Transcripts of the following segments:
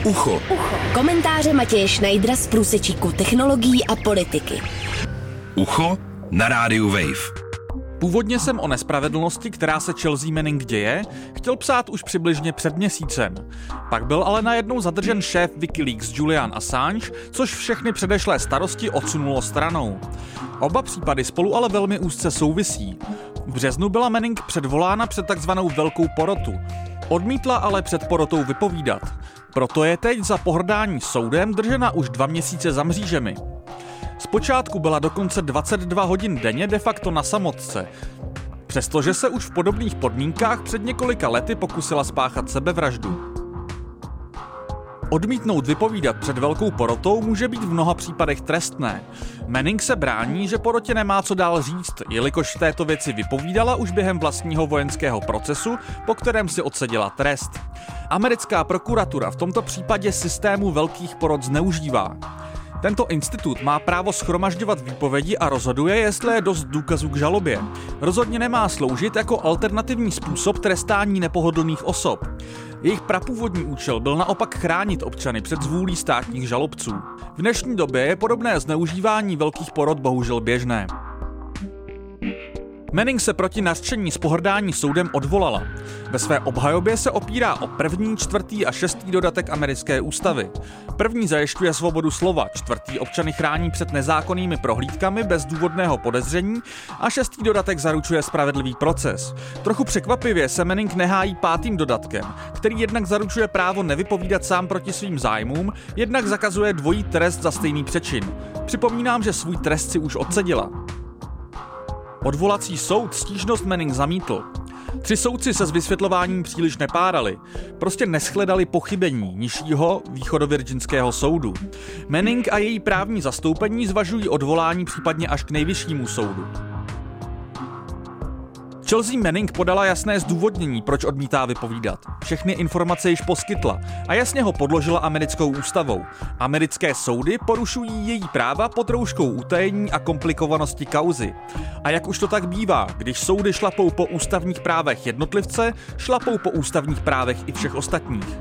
Ucho. Komentáře Matěje Schneidera z průsečíku technologií a politiky. Ucho na rádiu Wave. Původně jsem o nespravedlnosti, která se Chelsea Manning děje, chtěl psát už přibližně před měsícem. Pak byl ale najednou zadržen šéf Wikileaks Julian Assange, což všechny předešlé starosti odsunulo stranou. Oba případy spolu ale velmi úzce souvisí. V březnu byla Manning předvolána před takzvanou velkou porotu. Odmítla ale před porotou vypovídat. Proto je teď za pohrdání soudem držena už 2 měsíce za mřížemi. Zpočátku byla dokonce 22 hodin denně de facto na samotce. Přestože se už v podobných podmínkách před několika lety pokusila spáchat sebevraždu. Odmítnout vypovídat před velkou porotou může být v mnoha případech trestné. Manning se brání, že porotě nemá co dál říct, jelikož v této věci vypovídala už během vlastního vojenského procesu, po kterém si odseděla trest. Americká prokuratura v tomto případě systému velkých porot zneužívá. Tento institut má právo shromažďovat výpovědi a rozhoduje, jestli je dost důkazů k žalobě. Rozhodně nemá sloužit jako alternativní způsob trestání nepohodlných osob. Jejich prapůvodní účel byl naopak chránit občany před zvůlí státních žalobců. V dnešní době je podobné zneužívání velkých porot bohužel běžné. Manning se proti nařčení z pohrdání soudem odvolala. Ve své obhajobě se opírá o 1., 4. a 6. dodatek americké ústavy. 1. zajišťuje svobodu slova, 4. občany chrání před nezákonnými prohlídkami bez důvodného podezření a 6. dodatek zaručuje spravedlivý proces. Trochu překvapivě se Manning nehájí 5. dodatkem, který jednak zaručuje právo nevypovídat sám proti svým zájmům, jednak zakazuje dvojí trest za stejný přečin. Připomínám, že svůj trest si už odseděla. Odvolací soud stížnost Manning zamítl. 3 soudci se s vysvětlováním příliš nepárali. Prostě neshledali pochybení nižšího východovirginského soudu. Manning a její právní zastoupení zvažují odvolání případně až k nejvyššímu soudu. Chelsea Manning podala jasné zdůvodnění, proč odmítá vypovídat. Všechny informace již poskytla a jasně ho podložila americkou ústavou. Americké soudy porušují její práva pod rouškou utajení a komplikovanosti kauzy. A jak už to tak bývá, když soudy šlapou po ústavních právech jednotlivce, šlapou po ústavních právech i všech ostatních.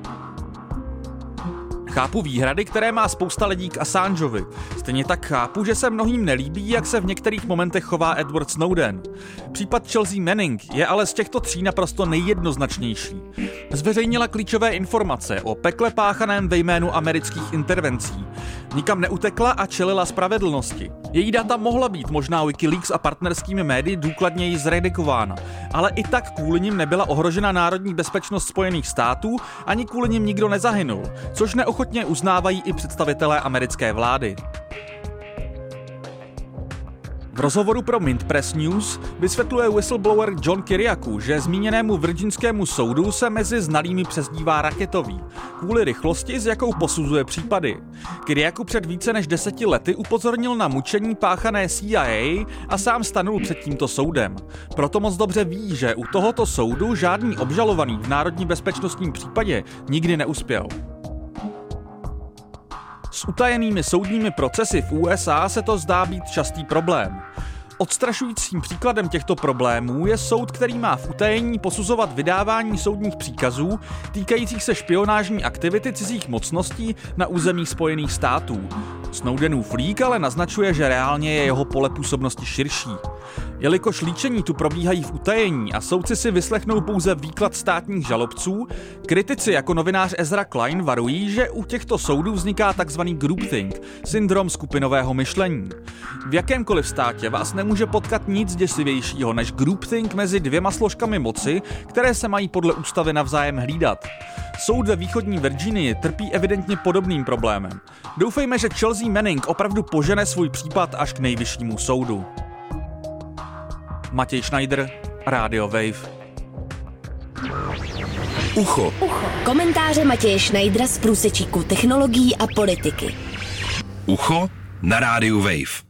Chápu výhrady, které má spousta lidí k Assangeovi. Stejně tak chápu, že se mnohým nelíbí, jak se v některých momentech chová Edward Snowden. Případ Chelsea Manning je ale z těchto 3 naprosto nejjednoznačnější. Zveřejnila klíčové informace o pekle páchaném ve jménu amerických intervencí. Nikam neutekla a čelila spravedlnosti. Její data mohla být možná Wikileaks a partnerskými médii důkladněji zredikována, ale i tak kvůli nim nebyla ohrožena národní bezpečnost Spojených států, ani kvůli nim nikdo nezahynul, což neochotně uznávají i představitelé americké vlády. V rozhovoru pro Mint Press News vysvětluje whistleblower John Kiriakou, že zmíněnému virginskému soudu se mezi znalými přezdívá raketový, kvůli rychlosti, s jakou posuzuje případy. Kiriakou před více než 10 lety upozornil na mučení páchané CIA a sám stanul před tímto soudem. Proto moc dobře ví, že u tohoto soudu žádný obžalovaný v národní bezpečnostním případě nikdy neuspěl. S utajenými soudními procesy v USA se to zdá být častý problém. Odstrašujícím příkladem těchto problémů je soud, který má v utajení posuzovat vydávání soudních příkazů týkajících se špionážní aktivity cizích mocností na území Spojených států. Snowdenův leak ale naznačuje, že reálně je jeho pole působnosti širší. Jelikož líčení tu probíhají v utajení a soudci si vyslechnou pouze výklad státních žalobců, kritici jako novinář Ezra Klein varují, že u těchto soudů vzniká tzv. Groupthink, syndrom skupinového myšlení. V jakémkoliv státě vás nemůže potkat nic děsivějšího než groupthink mezi 2 složkami moci, které se mají podle ústavy navzájem hlídat. Soud ve východní Virginii trpí evidentně podobným problémem. Doufejme, že Chelsea Manning opravdu požene svůj případ až k nejvyššímu soudu. Matěj Schneider, Radio Wave. Ucho. Komentáře Matěje Schneidera z průsečíku technologií a politiky. Ucho na rádiu Wave.